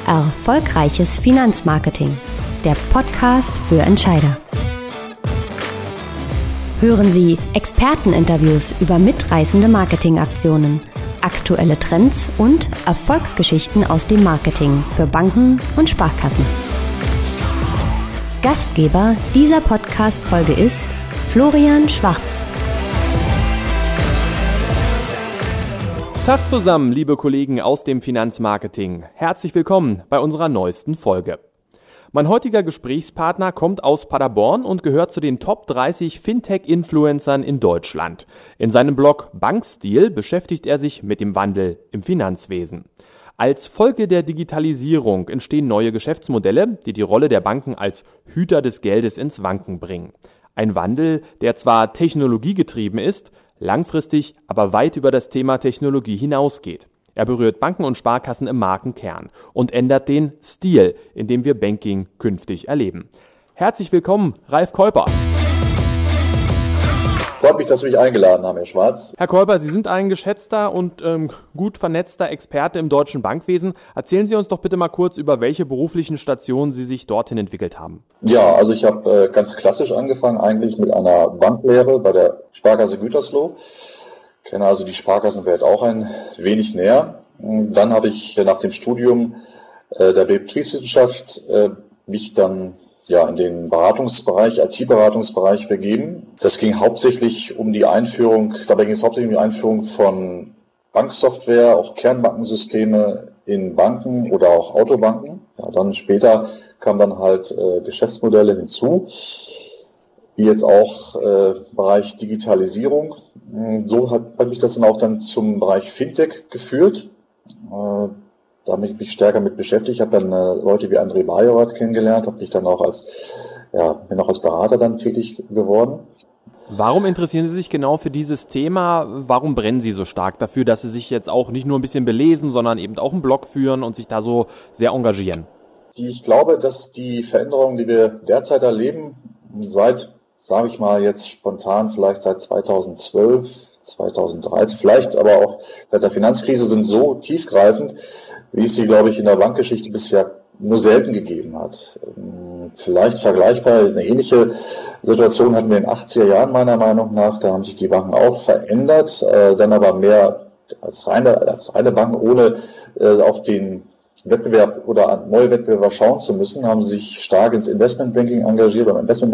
Erfolgreiches Finanzmarketing, der Podcast für Entscheider. Hören Sie Experteninterviews über mitreißende Marketingaktionen, aktuelle Trends und Erfolgsgeschichten aus dem Marketing für Banken und Sparkassen. Gastgeber dieser Podcast-Folge ist Florian Schwarz. Tag zusammen, liebe Kollegen aus dem Finanzmarketing. Herzlich willkommen bei unserer neuesten Folge. Mein heutiger Gesprächspartner kommt aus Paderborn und gehört zu den Top 30 Fintech-Influencern in Deutschland. In seinem Blog Bankstil beschäftigt er sich mit dem Wandel im Finanzwesen. Als Folge der Digitalisierung entstehen neue Geschäftsmodelle, die die Rolle der Banken als Hüter des Geldes ins Wanken bringen. Ein Wandel, der zwar technologiegetrieben ist, langfristig aber weit über das Thema Technologie hinausgeht. Er berührt Banken und Sparkassen im Markenkern und ändert den Stil, in dem wir Banking künftig erleben. Herzlich willkommen, Ralf Kuiper. Freut mich, dass Sie mich eingeladen haben, Herr Schwarz. Herr Kuiper, Sie sind ein geschätzter und gut vernetzter Experte im deutschen Bankwesen. Erzählen Sie uns doch bitte mal kurz, über welche beruflichen Stationen Sie sich dorthin entwickelt haben. Ja, also ich habe ganz klassisch angefangen eigentlich mit einer Banklehre bei der Sparkasse Gütersloh. Kenne also die Sparkassenwelt auch ein wenig näher. Dann habe ich nach dem Studium der Betriebswissenschaft mich dann in den Beratungsbereich, IT-Beratungsbereich begeben. Das ging hauptsächlich um die Einführung, von Banksoftware, auch Kernbankensysteme in Banken oder auch Autobanken. Ja, dann später kamen dann halt Geschäftsmodelle hinzu, wie jetzt auch Bereich Digitalisierung. So hat mich das dann auch zum Bereich Fintech geführt. Da habe ich mich stärker mit beschäftigt. Ich habe dann Leute wie André Bajorat kennengelernt, habe mich dann auch bin auch als Berater dann tätig geworden. Warum interessieren Sie sich genau für dieses Thema? Warum brennen Sie so stark dafür, dass Sie sich jetzt auch nicht nur ein bisschen belesen, sondern eben auch einen Blog führen und sich da so sehr engagieren? Ich glaube, dass die Veränderungen, die wir derzeit erleben, sage ich mal jetzt spontan, vielleicht seit 2012, 2013, vielleicht aber auch seit der Finanzkrise, sind so tiefgreifend, wie es sie, glaube ich, in der Bankgeschichte bisher nur selten gegeben hat. Vielleicht vergleichbar, eine ähnliche Situation hatten wir in den 80er Jahren meiner Meinung nach. Da haben sich die Banken auch verändert, dann aber mehr als reine Banken, ohne auf den Wettbewerb oder an neue Wettbewerber schauen zu müssen, haben sich stark ins Investmentbanking engagiert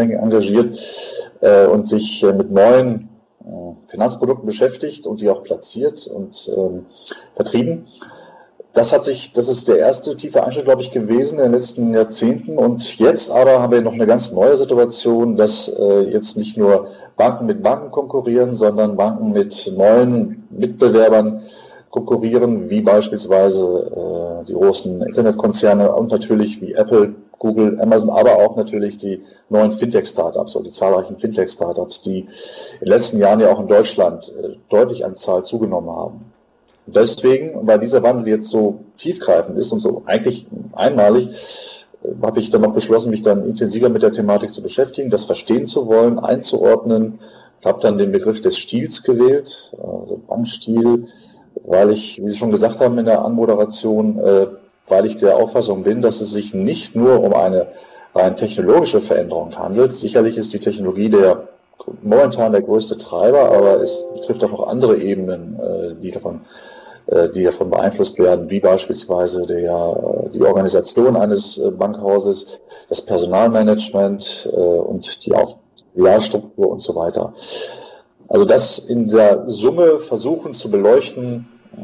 und sich mit neuen Finanzprodukten beschäftigt und die auch platziert und vertrieben. Das ist der erste tiefe Einschnitt, glaube ich, gewesen in den letzten Jahrzehnten. Und jetzt aber haben wir noch eine ganz neue Situation, dass jetzt nicht nur Banken mit Banken konkurrieren, sondern Banken mit neuen Mitbewerbern konkurrieren, wie beispielsweise die großen Internetkonzerne und natürlich wie Apple, Google, Amazon, aber auch natürlich die neuen Fintech-Startups oder die zahlreichen Fintech-Startups, die in den letzten Jahren ja auch in Deutschland deutlich an Zahl zugenommen haben. Deswegen, weil dieser Wandel jetzt so tiefgreifend ist und so eigentlich einmalig, habe ich dann noch beschlossen, mich dann intensiver mit der Thematik zu beschäftigen, das verstehen zu wollen, einzuordnen. Ich habe dann den Begriff des Stils gewählt, also Bankstil, weil ich, wie Sie schon gesagt haben in der Anmoderation, weil ich der Auffassung bin, dass es sich nicht nur um eine rein technologische Veränderung handelt. Sicherlich ist die Technologie momentan der größte Treiber, aber es betrifft auch noch andere Ebenen, die davon beeinflusst werden, wie beispielsweise die Organisation eines Bankhauses, das Personalmanagement und die Filialstruktur und so weiter. Also das in der Summe versuchen zu beleuchten,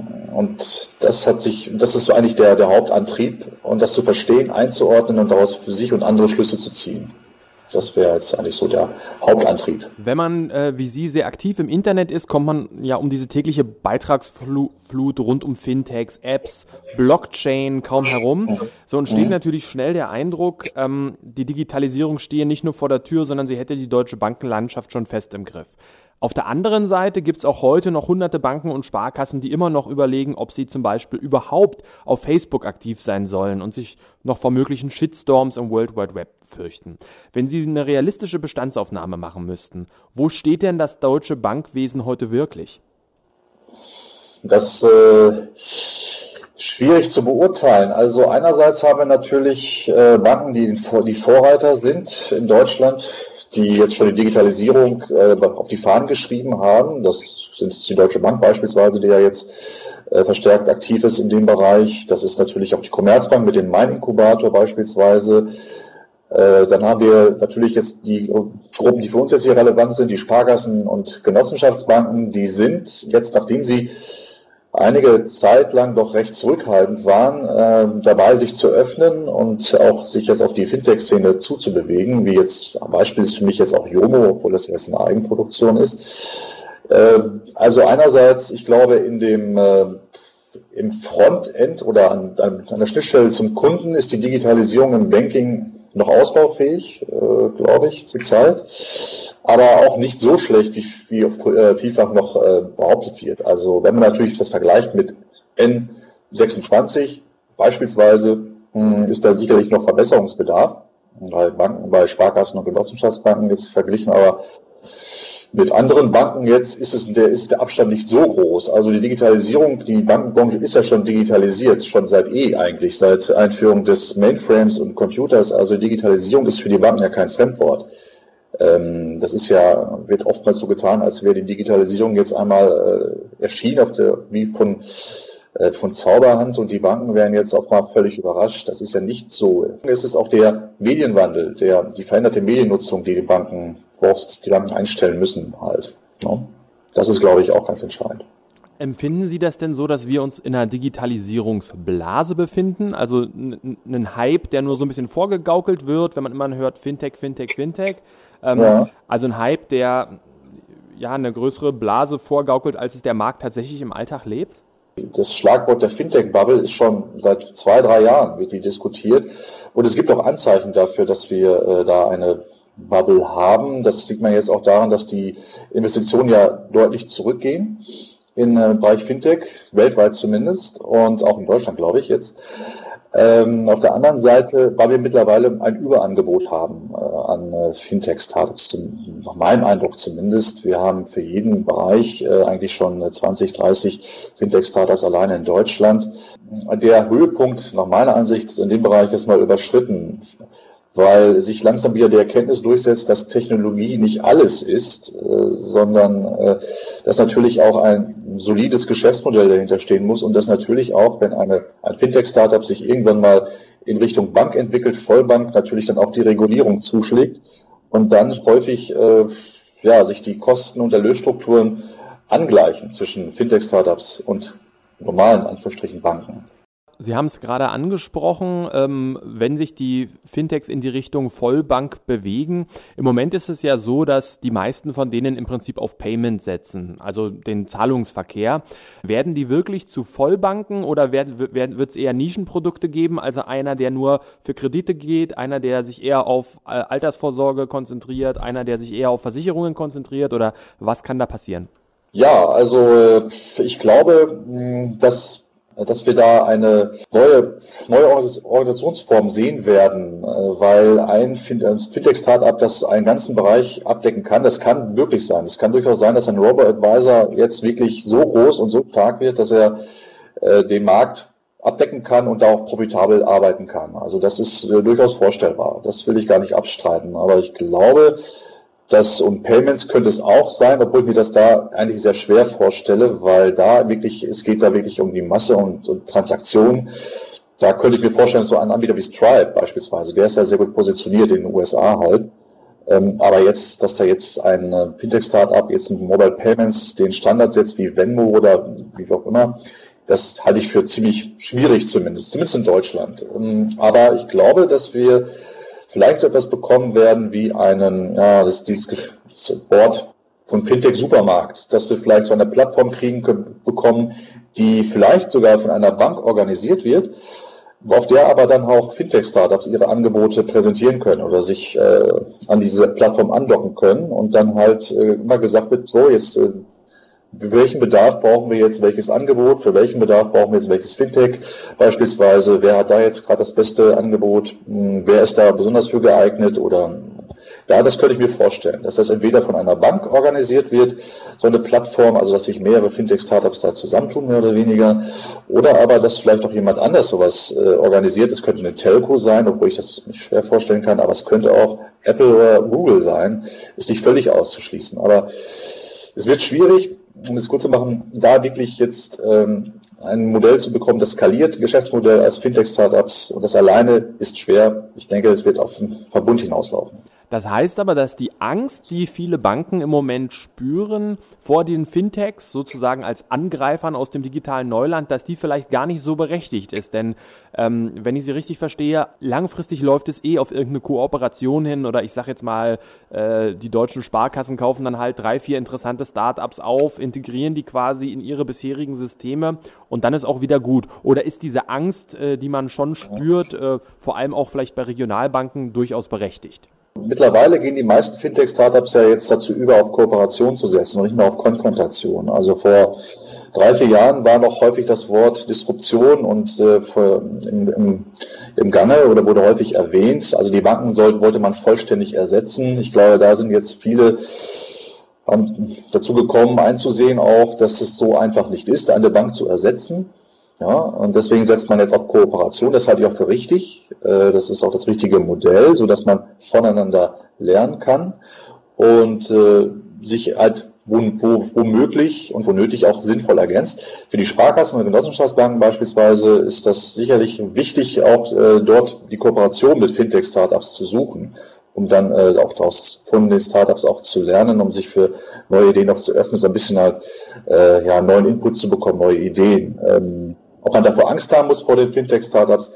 und das ist so eigentlich der Hauptantrieb, und das zu verstehen, einzuordnen und daraus für sich und andere Schlüsse zu ziehen. Das wäre jetzt eigentlich so der Hauptantrieb. Wenn man wie Sie sehr aktiv im Internet ist, kommt man ja um diese tägliche Beitragsflut rund um Fintechs, Apps, Blockchain kaum herum. So entsteht natürlich schnell der Eindruck, die Digitalisierung stehe nicht nur vor der Tür, sondern sie hätte die deutsche Bankenlandschaft schon fest im Griff. Auf der anderen Seite gibt es auch heute noch hunderte Banken und Sparkassen, die immer noch überlegen, ob sie zum Beispiel überhaupt auf Facebook aktiv sein sollen und sich noch vor möglichen Shitstorms im World Wide Web fürchten. Wenn Sie eine realistische Bestandsaufnahme machen müssten, wo steht denn das deutsche Bankwesen heute wirklich? Das Schwierig zu beurteilen. Also einerseits haben wir natürlich Banken, die Vorreiter sind in Deutschland, die jetzt schon die Digitalisierung auf die Fahnen geschrieben haben. Das sind die Deutsche Bank beispielsweise, die ja jetzt verstärkt aktiv ist in dem Bereich. Das ist natürlich auch die Commerzbank mit dem Mein-Inkubator beispielsweise. Dann haben wir natürlich jetzt die Gruppen, die für uns jetzt hier relevant sind, die Sparkassen und Genossenschaftsbanken, die sind jetzt, nachdem sie einige Zeit lang doch recht zurückhaltend waren, dabei sich zu öffnen und auch sich jetzt auf die Fintech-Szene zuzubewegen, wie jetzt am Beispiel ist für mich jetzt auch Yomo, obwohl das jetzt eine Eigenproduktion ist. Also einerseits, ich glaube, im Frontend oder an der Schnittstelle zum Kunden ist die Digitalisierung im Banking noch ausbaufähig, glaube ich, zurzeit, aber auch nicht so schlecht, wie vielfach noch behauptet wird. Also wenn man natürlich das vergleicht mit N26 beispielsweise, ist da sicherlich noch Verbesserungsbedarf, weil Banken, bei Sparkassen und Genossenschaftsbanken jetzt verglichen, aber mit anderen Banken jetzt ist der Abstand nicht so groß. Also die Digitalisierung, die Bankenbranche ist ja schon digitalisiert, schon seit seit Einführung des Mainframes und Computers. Also Digitalisierung ist für die Banken ja kein Fremdwort. Das wird oftmals so getan, als wäre die Digitalisierung jetzt einmal erschienen wie von Zauberhand und die Banken wären jetzt auf mal völlig überrascht. Das ist ja nicht so. Es ist auch der Medienwandel, die veränderte Mediennutzung, die Banken einstellen müssen halt. Ne? Das ist, glaube ich, auch ganz entscheidend. Empfinden Sie das denn so, dass wir uns in einer Digitalisierungsblase befinden? Also ein Hype, der nur so ein bisschen vorgegaukelt wird, wenn man immer hört Fintech. Ja. Also ein Hype, der eine größere Blase vorgaukelt, als es der Markt tatsächlich im Alltag lebt? Das Schlagwort der Fintech-Bubble ist schon seit 2-3 Jahren wird die diskutiert. Und es gibt auch Anzeichen dafür, dass wir da eine Bubble haben. Das sieht man jetzt auch daran, dass die Investitionen ja deutlich zurückgehen im Bereich Fintech, weltweit zumindest und auch in Deutschland, glaube ich jetzt. Auf der anderen Seite, weil wir mittlerweile ein Überangebot haben an Fintech-Startups, nach meinem Eindruck zumindest. Wir haben für jeden Bereich eigentlich schon 20, 30 Fintech-Startups alleine in Deutschland. Der Höhepunkt nach meiner Ansicht in dem Bereich ist mal überschritten, weil sich langsam wieder die Erkenntnis durchsetzt, dass Technologie nicht alles ist, sondern dass natürlich auch ein solides Geschäftsmodell dahinter stehen muss und dass natürlich auch, wenn ein Fintech-Startup sich irgendwann mal in Richtung Bank entwickelt, Vollbank, natürlich dann auch die Regulierung zuschlägt und dann häufig sich die Kosten und Erlösstrukturen angleichen zwischen Fintech-Startups und normalen Anführungsstrichen Banken. Sie haben es gerade angesprochen, wenn sich die Fintechs in die Richtung Vollbank bewegen. Im Moment ist es ja so, dass die meisten von denen im Prinzip auf Payment setzen, also den Zahlungsverkehr. Werden die wirklich zu Vollbanken oder wird es eher Nischenprodukte geben, also einer, der nur für Kredite geht, einer, der sich eher auf Altersvorsorge konzentriert, einer, der sich eher auf Versicherungen konzentriert oder was kann da passieren? Ja, also ich glaube, dass wir da eine neue Organisationsform sehen werden, weil ein Fintech-Startup, das einen ganzen Bereich abdecken kann, das kann möglich sein. Es kann durchaus sein, dass ein Robo-Advisor jetzt wirklich so groß und so stark wird, dass er den Markt abdecken kann und da auch profitabel arbeiten kann. Also das ist durchaus vorstellbar. Das will ich gar nicht abstreiten. Aber ich glaube, und Payments könnte es auch sein, obwohl ich mir das da eigentlich sehr schwer vorstelle, weil es geht da wirklich um die Masse und Transaktionen. Da könnte ich mir vorstellen, so ein Anbieter wie Stripe beispielsweise, der ist ja sehr gut positioniert in den USA halt. Aber jetzt, dass da jetzt ein Fintech-Startup jetzt mit Mobile Payments den Standard setzt wie Venmo oder wie auch immer, das halte ich für ziemlich schwierig zumindest in Deutschland. Aber ich glaube, dass wir vielleicht so etwas bekommen werden wie dieses Wort von Fintech-Supermarkt, dass wir vielleicht so eine Plattform bekommen, die vielleicht sogar von einer Bank organisiert wird, auf der aber dann auch Fintech-Startups ihre Angebote präsentieren können oder sich an diese Plattform andocken können und dann halt immer gesagt wird, so jetzt für welchen Bedarf brauchen wir jetzt welches Angebot, für welchen Bedarf brauchen wir jetzt welches Fintech beispielsweise, wer hat da jetzt gerade das beste Angebot, wer ist da besonders für geeignet oder Ja, das könnte ich mir vorstellen, dass das entweder von einer Bank organisiert wird, so eine Plattform, also dass sich mehrere Fintech-Startups da zusammentun, mehr oder weniger, oder aber, dass vielleicht auch jemand anders sowas organisiert. Es könnte eine Telco sein, obwohl ich das nicht schwer vorstellen kann, aber es könnte auch Apple oder Google sein, ist nicht völlig auszuschließen. Aber es wird schwierig, um es kurz zu machen, da wirklich jetzt ein Modell zu bekommen, das skaliert, Geschäftsmodell als Fintech-Startups, und das alleine ist schwer. Ich denke, es wird auf einen Verbund hinauslaufen. Das heißt aber, dass die Angst, die viele Banken im Moment spüren vor den Fintechs, sozusagen als Angreifern aus dem digitalen Neuland, dass die vielleicht gar nicht so berechtigt ist. Denn wenn ich Sie richtig verstehe, langfristig läuft es auf irgendeine Kooperation hin, oder ich sage jetzt mal, die deutschen Sparkassen kaufen dann halt 3, 4 interessante Startups auf, integrieren die quasi in ihre bisherigen Systeme und dann ist auch wieder gut. Oder ist diese Angst, die man schon spürt, vor allem auch vielleicht bei Regionalbanken, durchaus berechtigt? Mittlerweile gehen die meisten Fintech-Startups ja jetzt dazu über, auf Kooperation zu setzen und nicht mehr auf Konfrontation. Also vor 3, 4 Jahren war noch häufig das Wort Disruption und im Gange oder wurde häufig erwähnt. Also die Banken wollte man vollständig ersetzen. Ich glaube, da sind jetzt viele dazu gekommen, einzusehen auch, dass es so einfach nicht ist, eine Bank zu ersetzen. Ja, und deswegen setzt man jetzt auf Kooperation. Das halte ich auch für richtig. Das ist auch das richtige Modell, so dass man voneinander lernen kann und sich halt wo möglich und wo nötig auch sinnvoll ergänzt. Für die Sparkassen und Genossenschaftsbanken beispielsweise ist das sicherlich wichtig, auch dort die Kooperation mit Fintech-Startups zu suchen, um dann auch von den Startups auch zu lernen, um sich für neue Ideen auch zu öffnen, so ein bisschen halt neuen Input zu bekommen, neue Ideen. Ob man davor Angst haben muss vor den Fintech-Startups,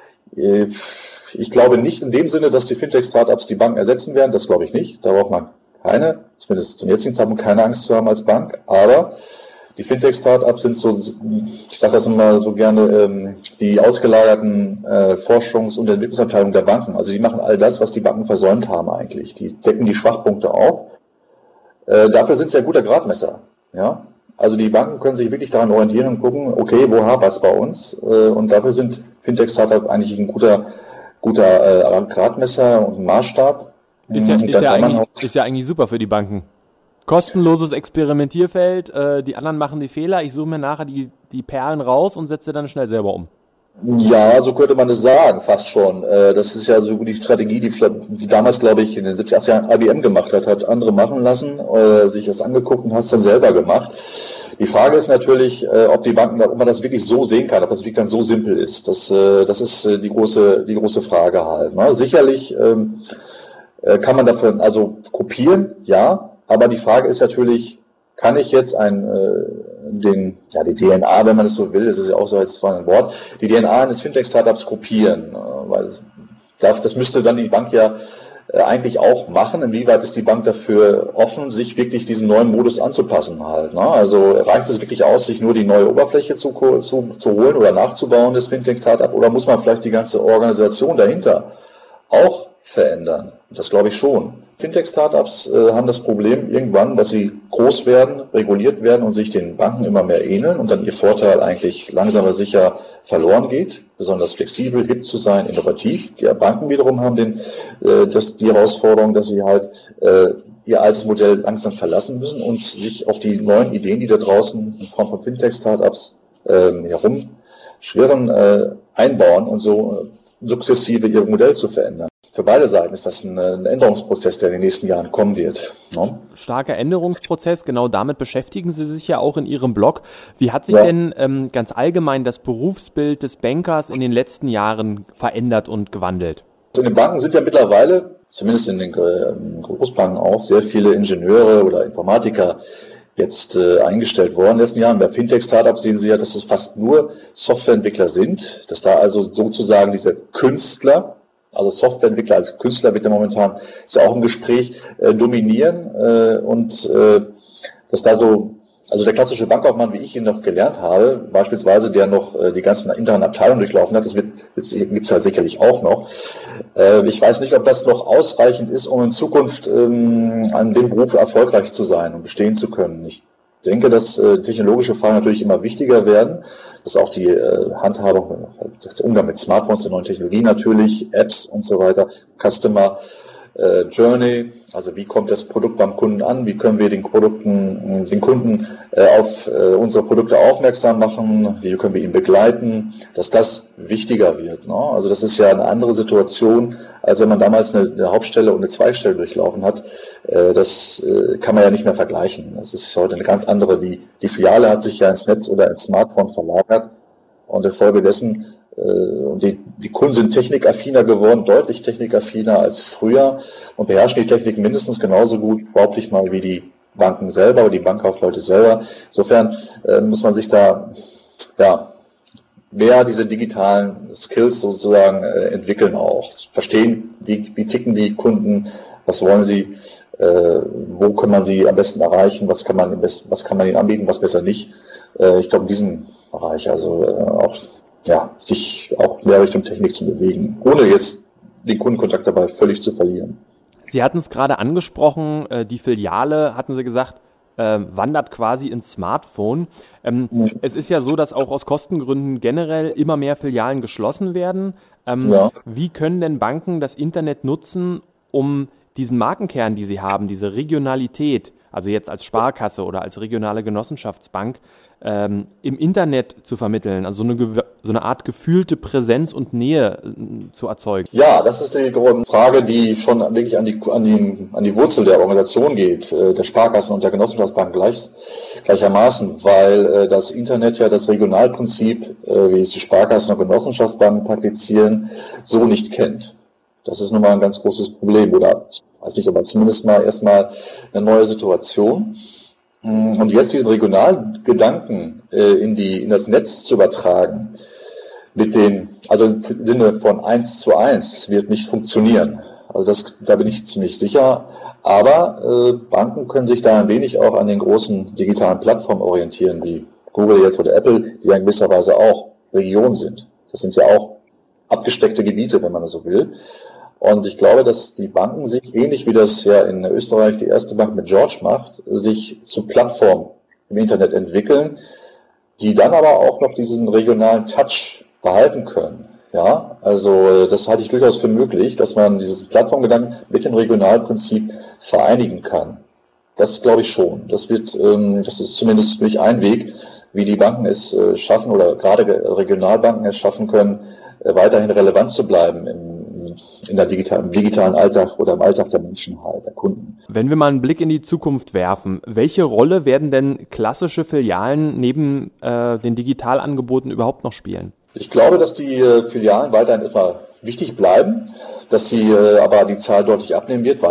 ich glaube nicht in dem Sinne, dass die Fintech-Startups die Banken ersetzen werden, das glaube ich nicht. Da braucht man zumindest zum jetzigen Zeitpunkt keine Angst zu haben als Bank, aber die Fintech-Startups sind so, ich sage das immer so gerne, die ausgelagerten Forschungs- und Entwicklungsabteilungen der Banken. Also die machen all das, was die Banken versäumt haben eigentlich. Die decken die Schwachpunkte auf. Dafür sind sie ein guter Gradmesser. Ja? Also die Banken können sich wirklich daran orientieren und gucken, okay, wo hapert es bei uns? Und dafür sind Fintech-Startups eigentlich ein guter Gradmesser und ein Maßstab. Ist ja eigentlich super für die Banken. Kostenloses Experimentierfeld, die anderen machen die Fehler, ich suche mir nachher die Perlen raus und setze dann schnell selber um. Ja, so könnte man es sagen, fast schon. Das ist ja so die Strategie, die damals, glaube ich, in den 70er Jahren IBM gemacht hat andere machen lassen, sich das angeguckt und hat es dann selber gemacht. Die Frage ist natürlich, ob man das wirklich so sehen kann, ob das wirklich dann so simpel ist. Das ist die große Frage halt. Ne? Sicherlich kann man dafür also kopieren, ja, aber die Frage ist natürlich, kann ich jetzt die DNA, wenn man es so will, das ist ja auch so jetzt ein Wort, die DNA eines Fintech-Startups kopieren, weil das müsste dann die Bank ja eigentlich auch machen. Inwieweit ist die Bank dafür offen, sich wirklich diesem neuen Modus anzupassen halt? Ne? Also reicht es wirklich aus, sich nur die neue Oberfläche zu holen oder nachzubauen, das Fintech-Startup, oder muss man vielleicht die ganze Organisation dahinter auch verändern? Das glaube ich schon. Fintech-Startups haben das Problem irgendwann, dass sie groß werden, reguliert werden und sich den Banken immer mehr ähneln und dann ihr Vorteil eigentlich langsam aber sicher verloren geht, besonders flexibel, hip zu sein, innovativ. Die Banken wiederum haben die Herausforderung, dass sie halt ihr altes Modell langsam verlassen müssen und sich auf die neuen Ideen, die da draußen in Form von Fintech-Startups herumschwirren, einbauen und so sukzessive ihr Modell zu verändern. Für beide Seiten ist das ein Änderungsprozess, der in den nächsten Jahren kommen wird. Ne? Starker Änderungsprozess, genau damit beschäftigen Sie sich ja auch in Ihrem Blog. Wie hat sich denn ganz allgemein das Berufsbild des Bankers in den letzten Jahren verändert und gewandelt? In den Banken sind ja mittlerweile, zumindest in den Großbanken auch, sehr viele Ingenieure oder Informatiker jetzt eingestellt worden in den letzten Jahren. Bei Fintech-Startups sehen Sie ja, dass es fast nur Softwareentwickler sind, dass da also sozusagen diese Künstler, also Softwareentwickler als Künstler wird ja momentan, ist ja auch im Gespräch, dominieren und dass da so, also der klassische Bankkaufmann, wie ich ihn noch gelernt habe, beispielsweise, der noch die ganzen internen Abteilungen durchlaufen hat, das gibt's ja sicherlich auch noch. Ich weiß nicht, ob das noch ausreichend ist, um in Zukunft an dem Beruf erfolgreich zu sein und bestehen zu können. Ich denke, dass technologische Fragen natürlich immer wichtiger werden, dass auch die Handhabung, der Umgang mit Smartphones, der neuen Technologie natürlich, Apps und so weiter, Customer Journey, also wie kommt das Produkt beim Kunden an, wie können wir den Kunden auf unsere Produkte aufmerksam machen, wie können wir ihn begleiten, dass das wichtiger wird. Ne? Also das ist ja eine andere Situation, als wenn man damals eine Hauptstelle und eine Zweigstelle durchlaufen hat. Das kann man ja nicht mehr vergleichen. Das ist heute eine ganz andere. Die Filiale hat sich ja ins Netz oder ins Smartphone verlagert und infolgedessen und die Kunden sind technikaffiner geworden, deutlich technikaffiner als früher und beherrschen die Technik mindestens genauso gut, überhaupt nicht mal wie die Banken selber oder die Bankkaufleute selber. Insofern muss man sich da mehr diese digitalen Skills sozusagen entwickeln auch. Verstehen, wie ticken die Kunden, was wollen sie, wo kann man sie am besten erreichen, was kann man ihnen anbieten, was besser nicht. Ich glaube, in diesem Bereich, sich auch mehr Richtung Technik zu bewegen, ohne jetzt den Kundenkontakt dabei völlig zu verlieren. Sie hatten es gerade angesprochen, die Filiale, hatten Sie gesagt, wandert quasi ins Smartphone. Es ist ja so, dass auch aus Kostengründen generell immer mehr Filialen geschlossen werden. Wie können denn Banken das Internet nutzen, um diesen Markenkern, die sie haben, diese Regionalität, also jetzt als Sparkasse oder als regionale Genossenschaftsbank, im Internet zu vermitteln, also so eine Art gefühlte Präsenz und Nähe zu erzeugen? Ja, das ist die Frage, die schon wirklich an die Wurzel der Organisation geht, der Sparkassen und der Genossenschaftsbank gleichermaßen, weil das Internet ja das Regionalprinzip, wie es die Sparkassen und Genossenschaftsbanken praktizieren, so nicht kennt. Das ist nun mal ein ganz großes Problem, oder weiß nicht, aber zumindest mal erstmal eine neue Situation. Und jetzt diesen Regionalgedanken in das Netz zu übertragen, also im Sinne von 1:1, wird nicht funktionieren. Also da bin ich ziemlich sicher. Aber Banken können sich da ein wenig auch an den großen digitalen Plattformen orientieren, wie Google jetzt oder Apple, die ja in gewisser Weise auch Regionen sind. Das sind ja auch abgesteckte Gebiete, wenn man das so will. Und ich glaube, dass die Banken sich, ähnlich wie das ja in Österreich die erste Bank mit George macht, sich zu Plattformen im Internet entwickeln, die dann aber auch noch diesen regionalen Touch behalten können. Ja, also das halte ich durchaus für möglich, dass man dieses Plattformgedanken mit dem Regionalprinzip vereinigen kann. Das glaube ich schon. Das ist zumindest für mich ein Weg, wie die Banken es schaffen oder gerade Regionalbanken es schaffen können, weiterhin relevant zu bleiben im digitalen Alltag oder im Alltag der Menschen halt, der Kunden. Wenn wir mal einen Blick in die Zukunft werfen, welche Rolle werden denn klassische Filialen neben den Digitalangeboten überhaupt noch spielen? Ich glaube, dass die Filialen weiterhin etwa wichtig bleiben, dass sie aber die Zahl deutlich abnehmen wird,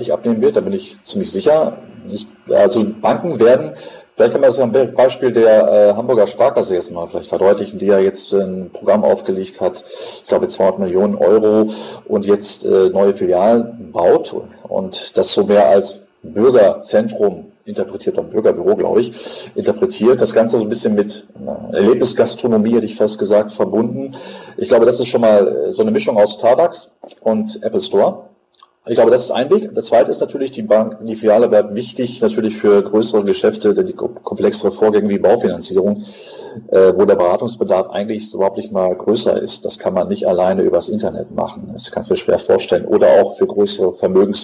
da bin ich ziemlich sicher. Also Banken werden, vielleicht kann man das am Beispiel der Hamburger Sparkasse jetzt mal vielleicht verdeutlichen, die ja jetzt ein Programm aufgelegt hat, ich glaube 200 Millionen Euro und jetzt neue Filialen baut und das so mehr als Bürgerzentrum interpretiert, oder Bürgerbüro, glaube ich, interpretiert. Das Ganze so ein bisschen mit Erlebnisgastronomie, hätte ich fast gesagt, verbunden. Ich glaube, das ist schon mal so eine Mischung aus Starbucks und Apple Store. Ich glaube, das ist ein Weg. Der zweite ist natürlich, die Filiale bleibt wichtig, natürlich für größere Geschäfte, die komplexere Vorgänge wie Baufinanzierung, wo der Beratungsbedarf eigentlich überhaupt nicht mal größer ist. Das kann man nicht alleine übers Internet machen. Das kann ich mir schwer vorstellen. Oder auch für größere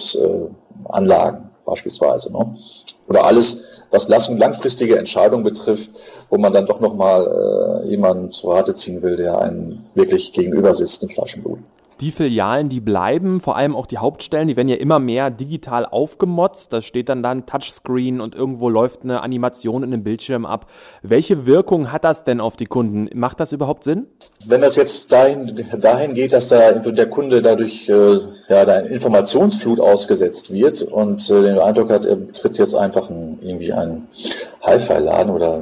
Vermögensanlagen beispielsweise. Ne? Oder alles, was langfristige Entscheidungen betrifft, wo man dann doch nochmal jemanden zu Rate ziehen will, der einen wirklich gegenüber sitzt, in Flaschenblut. Die Filialen, die bleiben, vor allem auch die Hauptstellen, die werden ja immer mehr digital aufgemotzt. Da steht dann da ein Touchscreen und irgendwo läuft eine Animation in dem Bildschirm ab. Welche Wirkung hat das denn auf die Kunden? Macht das überhaupt Sinn? Wenn das jetzt dahin geht, dass der Kunde dadurch eine Informationsflut ausgesetzt wird und den Eindruck hat, er betritt jetzt einfach irgendwie einen Hi-Fi-Laden oder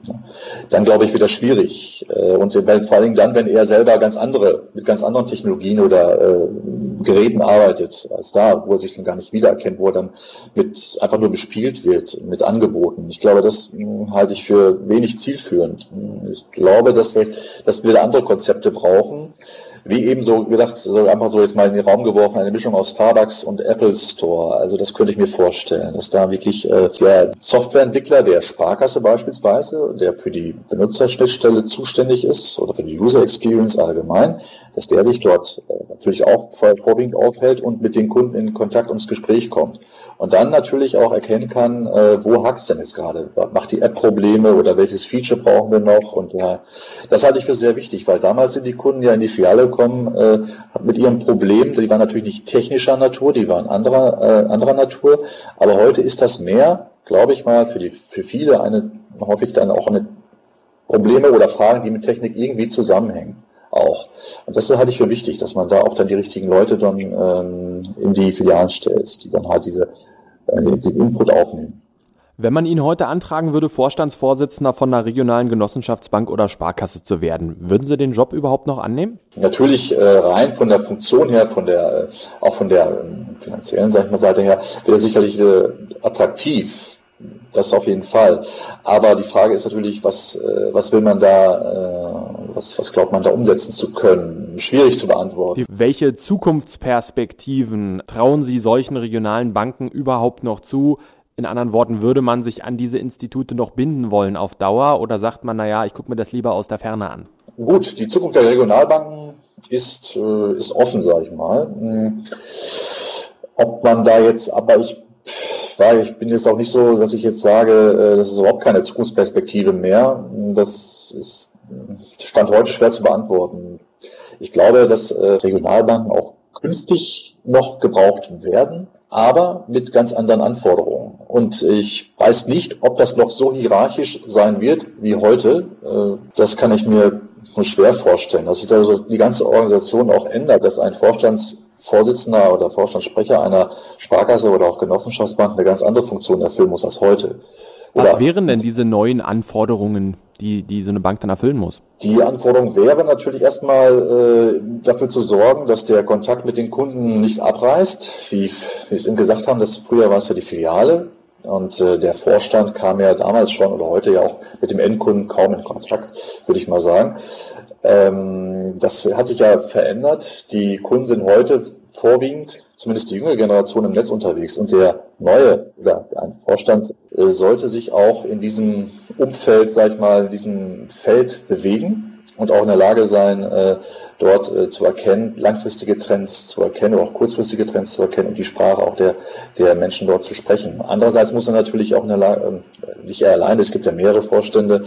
dann glaube ich, wird das schwierig. Und vor allen Dingen dann, wenn er selber mit ganz anderen Technologien oder Geräten arbeitet, als da, wo er sich dann gar nicht wiedererkennt, wo er dann einfach nur bespielt wird mit Angeboten. Ich glaube, das halte ich für wenig zielführend. Ich glaube, dass wir andere Konzepte brauchen. wie eben so gedacht, so einfach so jetzt mal in den Raum geworfen, eine Mischung aus Starbucks und Apple Store. Also das könnte ich mir vorstellen, dass da wirklich der Softwareentwickler der Sparkasse beispielsweise, der für die Benutzerschnittstelle zuständig ist oder für die User Experience allgemein, dass der sich dort natürlich auch vorwiegend aufhält und mit den Kunden in Kontakt und ins Gespräch kommt. Und dann natürlich auch erkennen kann, wo hakt es denn jetzt gerade? Macht die App Probleme oder welches Feature brauchen wir noch? Und das halte ich für sehr wichtig, weil damals sind die Kunden ja in die Filiale gekommen mit ihrem Problem. Die waren natürlich nicht technischer Natur, die waren anderer Natur. Aber heute ist das mehr, glaube ich mal, für viele häufig dann auch eine Probleme oder Fragen, die mit Technik irgendwie zusammenhängen. Auch. Und das halte ich für wichtig, dass man da auch dann die richtigen Leute dann in die Filialen stellt, die dann halt den Input aufnehmen. Wenn man Ihnen heute antragen würde, Vorstandsvorsitzender von einer regionalen Genossenschaftsbank oder Sparkasse zu werden, würden Sie den Job überhaupt noch annehmen? Natürlich rein von der Funktion her, auch von der finanziellen, sag ich mal, Seite her, wäre sicherlich attraktiv. Das auf jeden Fall. Aber die Frage ist natürlich, was will man da, was glaubt man da umsetzen zu können? Schwierig zu beantworten. Welche Zukunftsperspektiven trauen Sie solchen regionalen Banken überhaupt noch zu? In anderen Worten, würde man sich an diese Institute noch binden wollen auf Dauer oder sagt man, naja, ich gucke mir das lieber aus der Ferne an? Gut, die Zukunft der Regionalbanken ist offen, sage ich mal. Ob man da jetzt, aber ich bin jetzt auch nicht so, dass ich jetzt sage, das ist überhaupt keine Zukunftsperspektive mehr. Das ist Stand heute schwer zu beantworten. Ich glaube, dass Regionalbanken auch künftig noch gebraucht werden, aber mit ganz anderen Anforderungen. Und ich weiß nicht, ob das noch so hierarchisch sein wird wie heute. Das kann ich mir nur schwer vorstellen, dass sich da die ganze Organisation auch ändert, dass ein Vorstandsvorsitzender oder Vorstandssprecher einer Sparkasse oder auch Genossenschaftsbank eine ganz andere Funktion erfüllen muss als heute. Was wären denn diese neuen Anforderungen, die so eine Bank dann erfüllen muss? Die Anforderung wäre natürlich erstmal dafür zu sorgen, dass der Kontakt mit den Kunden nicht abreißt. Wie wir es eben gesagt haben, früher war es ja die Filiale und der Vorstand kam ja damals schon oder heute ja auch mit dem Endkunden kaum in Kontakt, würde ich mal sagen. Das hat sich ja verändert. Die Kunden sind heute vorwiegend, zumindest die jüngere Generation, im Netz unterwegs. Und der neue oder ein Vorstand sollte sich auch in diesem Umfeld, sag ich mal, in diesem Feld bewegen und auch in der Lage sein, dort zu erkennen, langfristige Trends zu erkennen oder auch kurzfristige Trends zu erkennen und die Sprache auch der Menschen dort zu sprechen. Andererseits muss er natürlich auch in der Lage, nicht er alleine, es gibt ja mehrere Vorstände,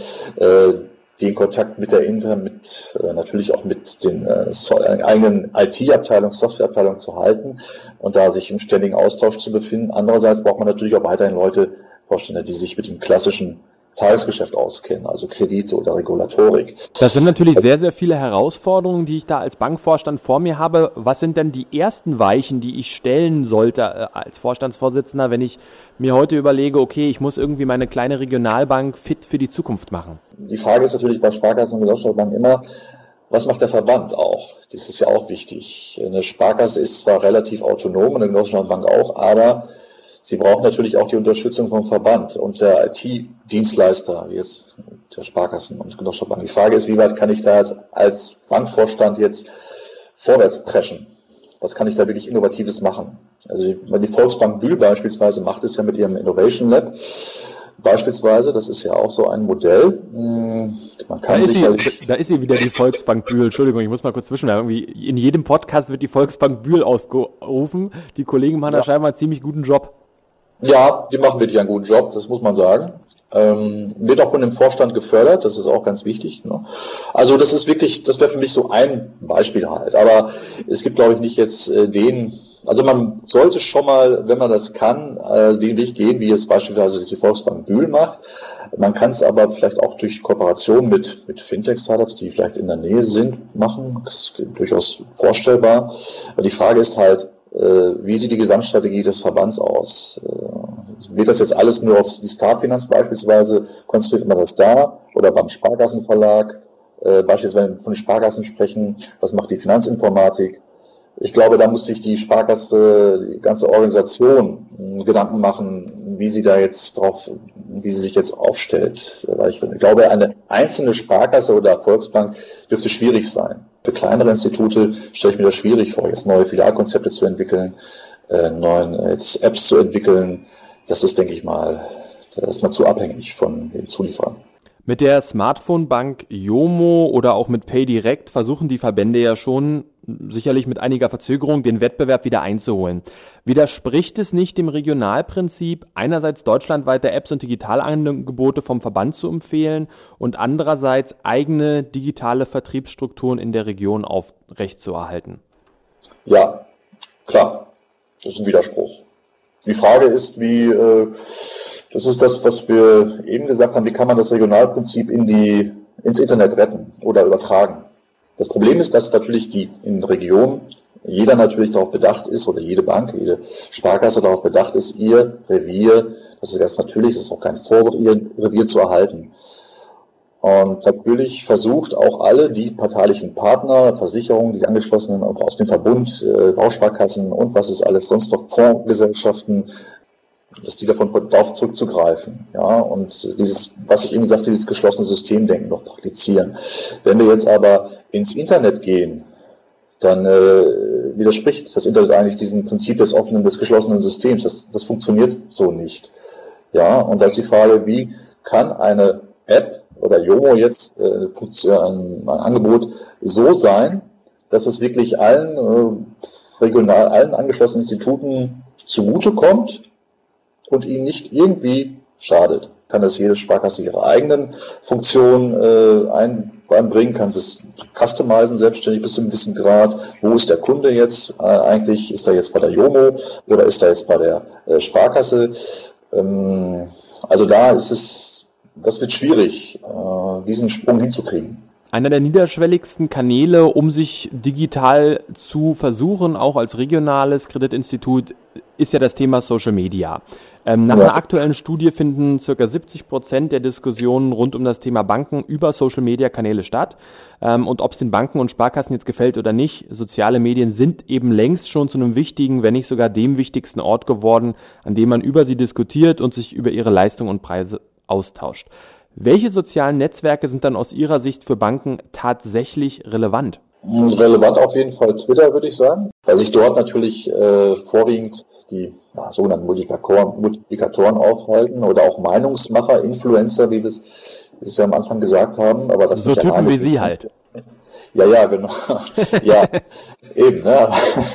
den Kontakt mit der natürlich auch mit den eigenen IT-Abteilungen, Softwareabteilungen zu halten und da sich im ständigen Austausch zu befinden. Andererseits braucht man natürlich auch weiterhin Vorstände, die sich mit dem klassischen Tagesgeschäft auskennen, also Kredite oder Regulatorik. Das sind natürlich sehr, sehr viele Herausforderungen, die ich da als Bankvorstand vor mir habe. Was sind denn die ersten Weichen, die ich stellen sollte als Vorstandsvorsitzender, wenn ich mir heute überlege, okay, ich muss irgendwie meine kleine Regionalbank fit für die Zukunft machen? Die Frage ist natürlich bei Sparkassen und Genossenschaftsbanken immer, was macht der Verband auch? Das ist ja auch wichtig. Eine Sparkasse ist zwar relativ autonom, eine Genossenschaftsbank auch, aber sie brauchen natürlich auch die Unterstützung vom Verband und der IT-Dienstleister, wie jetzt der Sparkassen und Genossenschaftsbanken. Die Frage ist, wie weit kann ich da als Bankvorstand jetzt vorwärts preschen? Was kann ich da wirklich Innovatives machen? Also die Volksbank Bühl beispielsweise macht es ja mit ihrem Innovation Lab. Beispielsweise, das ist ja auch so ein Modell. Man kann da ist sie wieder, die Volksbank Bühl. Entschuldigung, ich muss mal kurz zwischenwerfen. Irgendwie in jedem Podcast wird die Volksbank Bühl aufgerufen. Die Kollegen machen da scheinbar einen ziemlich guten Job. Ja, die machen wirklich einen guten Job, das muss man sagen. Wird auch von dem Vorstand gefördert, das ist auch ganz wichtig. Ne? Also das wäre für mich so ein Beispiel halt. Aber es gibt, glaube ich, nicht jetzt also man sollte schon mal, wenn man das kann, den Weg gehen, wie es beispielsweise die Volksbank Bühl macht. Man kann es aber vielleicht auch durch Kooperation mit Fintech-Startups, die vielleicht in der Nähe sind, machen. Das ist durchaus vorstellbar. Aber die Frage ist halt, wie sieht die Gesamtstrategie des Verbands aus? Wird das jetzt alles nur auf die Startfinanz beispielsweise, konzentriert man das da oder beim Sparkassenverlag? Beispielsweise, wenn wir von den Sparkassen sprechen, was macht die Finanzinformatik? Ich glaube, da muss sich die Sparkasse, die ganze Organisation Gedanken machen, wie sie sich jetzt aufstellt. Weil ich glaube, eine einzelne Sparkasse oder Volksbank dürfte schwierig sein. Für kleinere Institute stelle ich mir das schwierig vor, jetzt neue Filialkonzepte zu entwickeln, jetzt Apps zu entwickeln. Das ist, denke ich mal, das ist mal zu abhängig von den Zulieferern. Mit der Smartphone-Bank Yomo oder auch mit PayDirect versuchen die Verbände ja schon, sicherlich mit einiger Verzögerung, den Wettbewerb wieder einzuholen. Widerspricht es nicht dem Regionalprinzip, einerseits deutschlandweite Apps und Digitalangebote vom Verband zu empfehlen und andererseits eigene digitale Vertriebsstrukturen in der Region aufrechtzuerhalten? Ja, klar, das ist ein Widerspruch. Die Frage ist, das ist das, was wir eben gesagt haben, wie kann man das Regionalprinzip ins Internet retten oder übertragen? Das Problem ist, dass natürlich in Regionen jeder natürlich darauf bedacht ist, oder jede Bank, jede Sparkasse darauf bedacht ist, ihr Revier, das ist ganz natürlich, das ist auch kein Vorwurf, ihr Revier zu erhalten. Und natürlich versucht auch alle die parteilichen Partner, Versicherungen, die angeschlossenen aus dem Verbund, Bausparkassen und was ist alles sonst noch, Fondsgesellschaften, dass die darauf zurückzugreifen. Ja, und was ich eben sagte, dieses geschlossene Systemdenken noch praktizieren. Wenn wir jetzt aber ins Internet gehen, dann widerspricht das Internet eigentlich diesem Prinzip des geschlossenen Systems. Das funktioniert so nicht. Ja, und da ist die Frage, wie kann eine App oder Yomo jetzt ein Angebot so sein, dass es wirklich allen angeschlossenen Instituten zugutekommt und ihnen nicht irgendwie schadet. Kann das jede Sparkasse ihre eigenen Funktionen einbringen, kann es customizen, selbstständig bis zu einem gewissen Grad. Wo ist der Kunde jetzt eigentlich? Ist er jetzt bei der Yomo oder ist er jetzt bei der Sparkasse? Also das wird schwierig, diesen Sprung hinzukriegen. Einer der niederschwelligsten Kanäle, um sich digital zu versuchen, auch als regionales Kreditinstitut, ist ja das Thema Social Media. Nach einer aktuellen Studie finden ca. 70% der Diskussionen rund um das Thema Banken über Social-Media-Kanäle statt. Und ob es den Banken und Sparkassen jetzt gefällt oder nicht, soziale Medien sind eben längst schon zu einem wichtigen, wenn nicht sogar dem wichtigsten Ort geworden, an dem man über sie diskutiert und sich über ihre Leistungen und Preise austauscht. Welche sozialen Netzwerke sind dann aus Ihrer Sicht für Banken tatsächlich relevant? Relevant auf jeden Fall Twitter, würde ich sagen, weil sich dort natürlich vorwiegend die sogenannten Multiplikatoren aufhalten oder auch Meinungsmacher, Influencer, wie wir es ja am Anfang gesagt haben. Aber das so Typen wie Sie halt. Ja, genau. Ja, eben. Ne?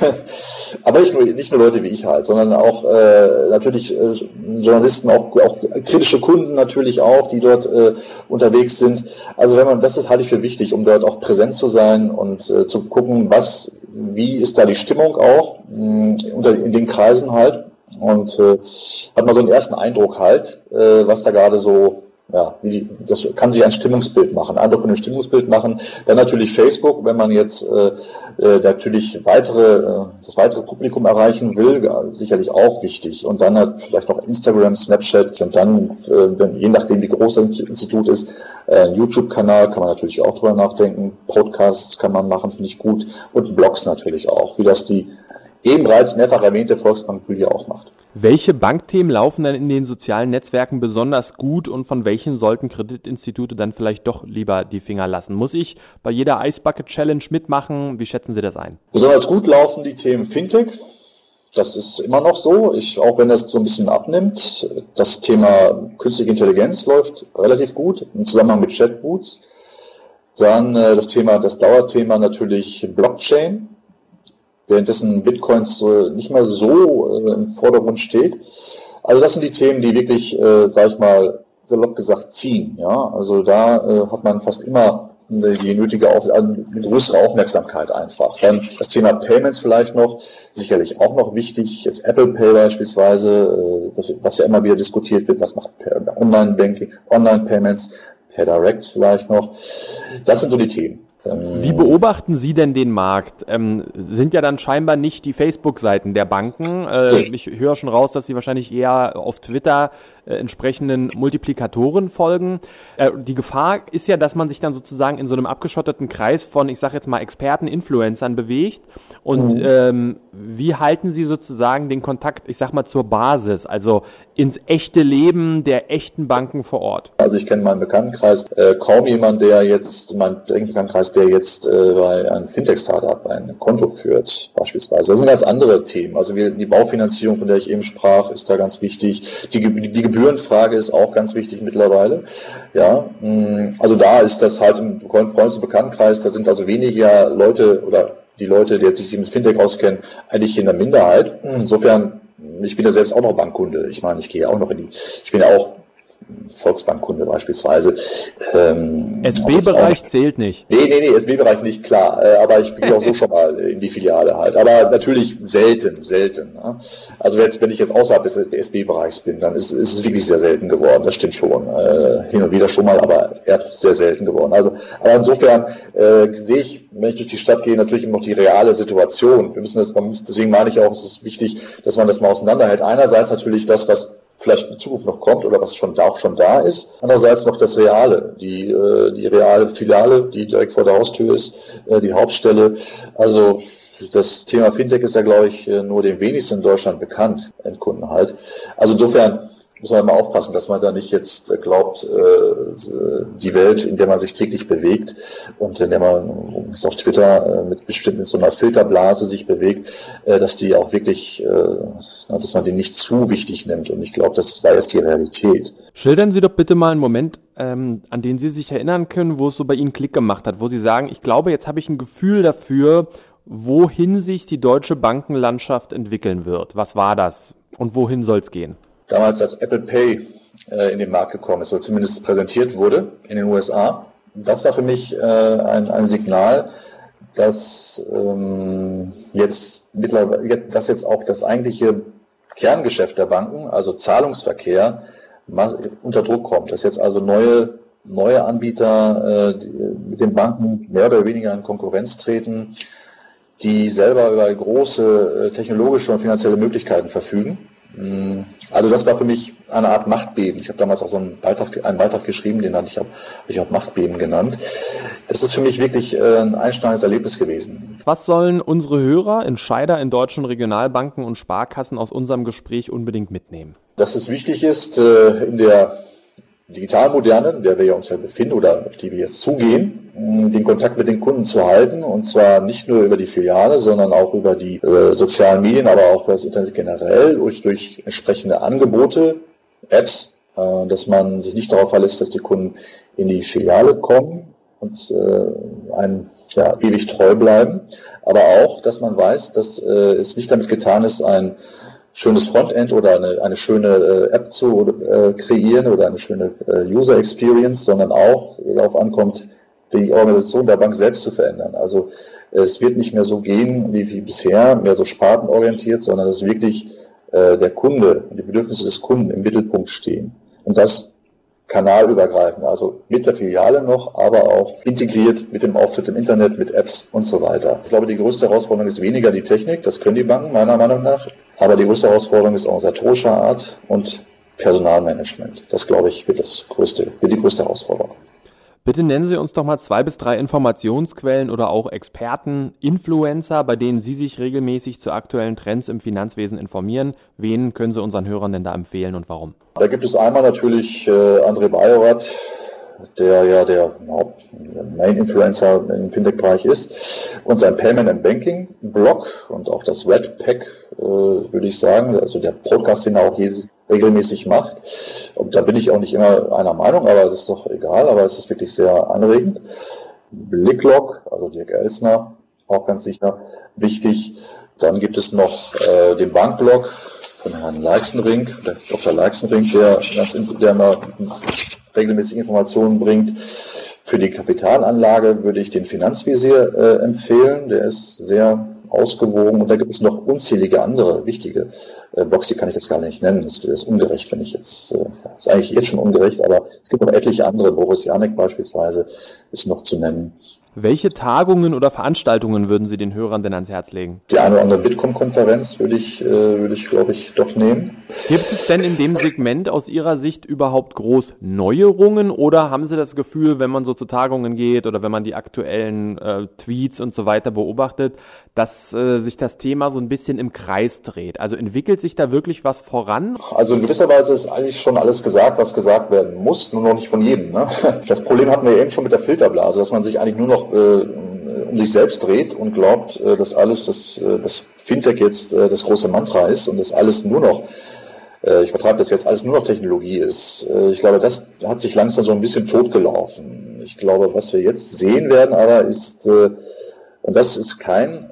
Aber nicht nur Leute wie ich halt, sondern auch natürlich Journalisten, auch kritische Kunden natürlich auch, die dort unterwegs sind. Also halte ich für wichtig, um dort auch präsent zu sein und zu gucken, wie ist da die Stimmung auch in den Kreisen halt, und hat man so einen ersten Eindruck halt, was da gerade so. Ja, das kann sich ein Stimmungsbild machen, Eindruck von einem Stimmungsbild machen. Dann natürlich Facebook, wenn man jetzt natürlich das weitere Publikum erreichen will, sicherlich auch wichtig. Und dann halt vielleicht noch Instagram, Snapchat und dann, je nachdem wie groß das Institut ist, ein YouTube-Kanal kann man natürlich auch drüber nachdenken. Podcasts kann man machen, finde ich gut. Und Blogs natürlich auch, wie das die eben bereits mehrfach erwähnte Volksbank Julia auch macht. Welche Bankthemen laufen denn in den sozialen Netzwerken besonders gut und von welchen sollten Kreditinstitute dann vielleicht doch lieber die Finger lassen? Muss ich bei jeder Ice Bucket Challenge mitmachen? Wie schätzen Sie das ein? Besonders gut laufen die Themen Fintech. Das ist immer noch so, auch wenn das so ein bisschen abnimmt. Das Thema künstliche Intelligenz läuft relativ gut im Zusammenhang mit Chatbots. Dann das Dauerthema natürlich Blockchain. Währenddessen Bitcoins nicht mehr so im Vordergrund steht. Also das sind die Themen, die wirklich, sag ich mal, salopp gesagt ziehen. Ja, also da hat man fast immer die eine größere Aufmerksamkeit einfach. Dann das Thema Payments vielleicht noch, sicherlich auch noch wichtig. Jetzt Apple Pay beispielsweise, was ja immer wieder diskutiert wird, was macht Online-Banking, Online-Payments, PayDirect vielleicht noch. Das sind so die Themen. Wie beobachten Sie denn den Markt? Sind ja dann scheinbar nicht die Facebook-Seiten der Banken. Ich höre schon raus, dass Sie wahrscheinlich eher auf Twitter entsprechenden Multiplikatoren folgen. Die Gefahr ist ja, dass man sich dann sozusagen in so einem abgeschotteten Kreis von, ich sage jetzt mal, Experten, Influencern bewegt. Und wie halten Sie sozusagen den Kontakt, ich sag mal, zur Basis, also ins echte Leben der echten Banken vor Ort? Also ich kenne meinen Bekanntenkreis kaum jemand, der jetzt bei einem Fintech-Startup ein Konto führt, beispielsweise. Das sind ganz andere Themen. Also die Baufinanzierung, von der ich eben sprach, ist da ganz wichtig. Die Gebührenfrage ist auch ganz wichtig mittlerweile. Ja, also da ist das halt im Freundes- und Bekanntenkreis, da sind also weniger Leute oder die Leute, die sich mit Fintech auskennen, eigentlich in der Minderheit. Insofern, ich bin ja selbst auch noch Bankkunde. Ich meine, ich bin ja auch Volksbankkunde beispielsweise. SB-Bereich zählt nicht. Nee, SB-Bereich nicht, klar. Aber ich gehe auch so schon mal in die Filiale halt. Aber natürlich selten. Ne? Also wenn ich jetzt außerhalb des SB-Bereichs bin, dann ist es wirklich sehr selten geworden. Das stimmt schon. Hin und wieder schon mal, aber eher sehr selten geworden. Also, aber insofern sehe ich, wenn ich durch die Stadt gehe, natürlich immer noch die reale Situation. Deswegen meine ich auch, es ist wichtig, dass man das mal auseinanderhält. Einerseits natürlich das, was vielleicht in Zukunft noch kommt oder was auch schon da ist. Andererseits noch das Reale, die reale Filiale, die direkt vor der Haustür ist, die Hauptstelle. Also das Thema Fintech ist ja, glaube ich, nur den wenigsten in Deutschland bekannt, Endkunden halt. Also insofern muss man immer aufpassen, dass man da nicht jetzt glaubt, die Welt, in der man sich täglich bewegt und in der man auf Twitter mit so einer Filterblase sich bewegt, dass die auch wirklich, dass man die nicht zu wichtig nimmt. Und ich glaube, das sei jetzt die Realität. Schildern Sie doch bitte mal einen Moment, an den Sie sich erinnern können, wo es so bei Ihnen Klick gemacht hat, wo Sie sagen, ich glaube, jetzt habe ich ein Gefühl dafür, wohin sich die deutsche Bankenlandschaft entwickeln wird. Was war das und wohin soll es gehen? Damals, als Apple Pay in den Markt gekommen ist, oder zumindest präsentiert wurde in den USA, das war für mich ein Signal, dass jetzt auch das eigentliche Kerngeschäft der Banken, also Zahlungsverkehr, unter Druck kommt. Dass jetzt also neue Anbieter mit den Banken mehr oder weniger in Konkurrenz treten, die selber über große technologische und finanzielle Möglichkeiten verfügen. Also das war für mich eine Art Machtbeben. Ich habe damals auch so einen Beitrag geschrieben, den habe ich auch Machtbeben genannt. Das ist für mich wirklich ein einschneidendes Erlebnis gewesen. Was sollen unsere Hörer, Entscheider in deutschen Regionalbanken und Sparkassen aus unserem Gespräch unbedingt mitnehmen? Dass es wichtig ist, in der Digitalmoderne, in der wir uns ja befinden oder auf die wir jetzt zugehen, den Kontakt mit den Kunden zu halten, und zwar nicht nur über die Filiale, sondern auch über die sozialen Medien, aber auch über das Internet generell, durch entsprechende Angebote, Apps, dass man sich nicht darauf verlässt, dass die Kunden in die Filiale kommen und einem ewig treu bleiben, aber auch, dass man weiß, dass es nicht damit getan ist, ein schönes Frontend oder eine schöne App zu kreieren oder eine schöne User Experience, sondern auch darauf ankommt, die Organisation der Bank selbst zu verändern. Also es wird nicht mehr so gehen wie bisher, mehr so spartenorientiert, sondern dass wirklich der Kunde und die Bedürfnisse des Kunden im Mittelpunkt stehen. Und das kanalübergreifend, also mit der Filiale noch, aber auch integriert mit dem Auftritt im Internet, mit Apps und so weiter. Ich glaube, die größte Herausforderung ist weniger die Technik, das können die Banken meiner Meinung nach, aber die größte Herausforderung ist organisatorischer Art und Personalmanagement. Das, glaube ich, wird die größte Herausforderung. Bitte nennen Sie uns doch mal 2 bis 3 Informationsquellen oder auch Experten, Influencer, bei denen Sie sich regelmäßig zu aktuellen Trends im Finanzwesen informieren. Wen können Sie unseren Hörern denn da empfehlen und warum? Da gibt es einmal natürlich André Bajorat, der ja der Main-Influencer im Fintech-Bereich ist, und sein Payment and Banking-Blog und auch das Redpack, würde ich sagen, also der Podcast, den er auch regelmäßig macht. Und da bin ich auch nicht immer einer Meinung, aber das ist doch egal, aber es ist wirklich sehr anregend. Blicklock, also Dirk Elsner, auch ganz sicher wichtig. Dann gibt es noch den Bankblog von Herrn Leixenring, der Dr. Leixenring, der mal regelmäßig Informationen bringt. Für die Kapitalanlage würde ich den Finanzvisier empfehlen, der ist sehr ausgewogen, und da gibt es noch unzählige andere wichtige Blogs, die kann ich jetzt gar nicht nennen, das ist ungerecht, wenn ich jetzt, ist eigentlich jetzt schon ungerecht, aber es gibt noch etliche andere, Boris Janek beispielsweise ist noch zu nennen. Welche Tagungen oder Veranstaltungen würden Sie den Hörern denn ans Herz legen? Die eine oder andere Bitkom-Konferenz würde ich, glaube ich, doch nehmen. Gibt es denn in dem Segment aus Ihrer Sicht überhaupt groß Neuerungen oder haben Sie das Gefühl, wenn man so zu Tagungen geht oder wenn man die aktuellen Tweets und so weiter beobachtet, dass sich das Thema so ein bisschen im Kreis dreht? Also entwickelt sich da wirklich was voran? Also in gewisser Weise ist eigentlich schon alles gesagt, was gesagt werden muss, nur noch nicht von jedem. Ne? Das Problem hatten wir eben schon mit der Filterblase, dass man sich eigentlich nur noch um sich selbst dreht und glaubt, dass alles, das Fintech jetzt das große Mantra ist und dass alles nur noch, ich übertreibe das jetzt, alles nur noch Technologie ist. Ich glaube, das hat sich langsam so ein bisschen totgelaufen. Ich glaube, was wir jetzt sehen werden aber ist, und das ist kein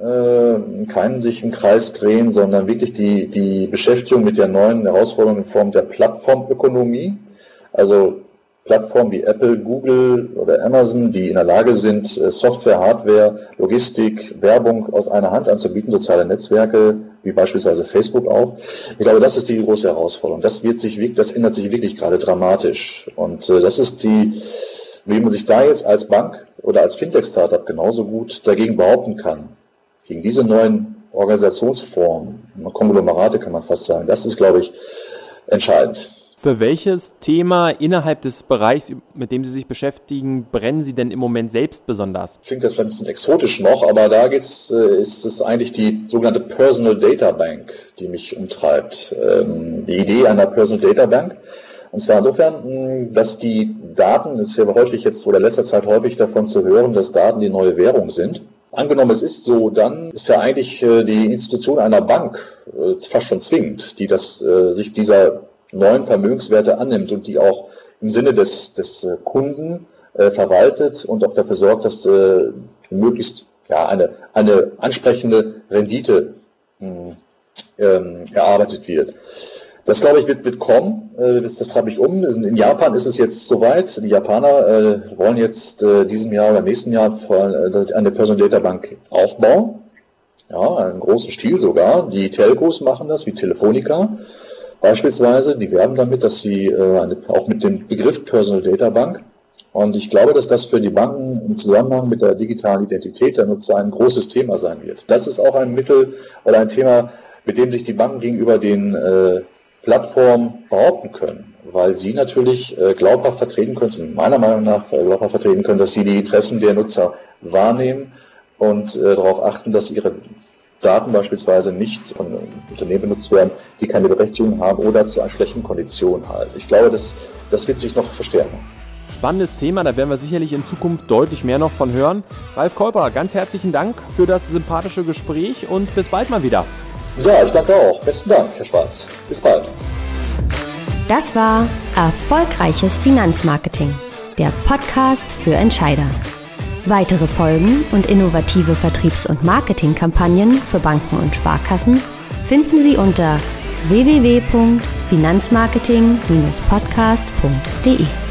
sich im Kreis drehen, sondern wirklich die Beschäftigung mit der neuen Herausforderung in Form der Plattformökonomie. Also Plattformen wie Apple, Google oder Amazon, die in der Lage sind, Software, Hardware, Logistik, Werbung aus einer Hand anzubieten, soziale Netzwerke, wie beispielsweise Facebook auch. Ich glaube, das ist die große Herausforderung. Das ändert sich wirklich gerade dramatisch. Und das ist wie man sich da jetzt als Bank oder als Fintech-Startup genauso gut dagegen behaupten kann. Gegen diese neuen Organisationsformen, Konglomerate kann man fast sagen. Das ist, glaube ich, entscheidend. Für welches Thema innerhalb des Bereichs, mit dem Sie sich beschäftigen, brennen Sie denn im Moment selbst besonders? Klingt das vielleicht ein bisschen exotisch noch, aber da ist es eigentlich die sogenannte Personal Data Bank, die mich umtreibt. Die Idee einer Personal Data Bank. Und zwar insofern, dass die Daten, es ist ja häufig jetzt oder letzter Zeit häufig davon zu hören, dass Daten die neue Währung sind. Angenommen, es ist so, dann ist ja eigentlich die Institution einer Bank fast schon zwingend, die sich dieser neuen Vermögenswerte annimmt und die auch im Sinne des Kunden verwaltet und auch dafür sorgt, dass möglichst eine ansprechende Rendite erarbeitet wird. Das, glaube ich, wird kommen. Das treibe ich um. In Japan ist es jetzt soweit. Die Japaner wollen jetzt diesem Jahr oder nächsten Jahr eine Personal Data Bank aufbauen. Ja, in großem Stil sogar. Die Telcos machen das, wie Telefonica. Beispielsweise, die werben damit, dass sie auch mit dem Begriff Personal Data Bank, und ich glaube, dass das für die Banken im Zusammenhang mit der digitalen Identität der Nutzer ein großes Thema sein wird. Das ist auch ein Mittel oder ein Thema, mit dem sich die Banken gegenüber den Plattformen behaupten können, weil sie natürlich glaubhaft vertreten können, meiner Meinung nach glaubhaft vertreten können, dass sie die Interessen der Nutzer wahrnehmen und darauf achten, dass ihre Daten beispielsweise nicht von Unternehmen benutzt werden, die keine Berechtigung haben oder zu schlechten Konditionen halt. Ich glaube, das wird sich noch verstärken. Spannendes Thema, da werden wir sicherlich in Zukunft deutlich mehr noch von hören. Ralf Kolper, ganz herzlichen Dank für das sympathische Gespräch und bis bald mal wieder. Ja, ich danke auch. Besten Dank, Herr Schwarz. Bis bald. Das war Erfolgreiches Finanzmarketing, der Podcast für Entscheider. Weitere Folgen und innovative Vertriebs- und Marketingkampagnen für Banken und Sparkassen finden Sie unter www.finanzmarketing-podcast.de.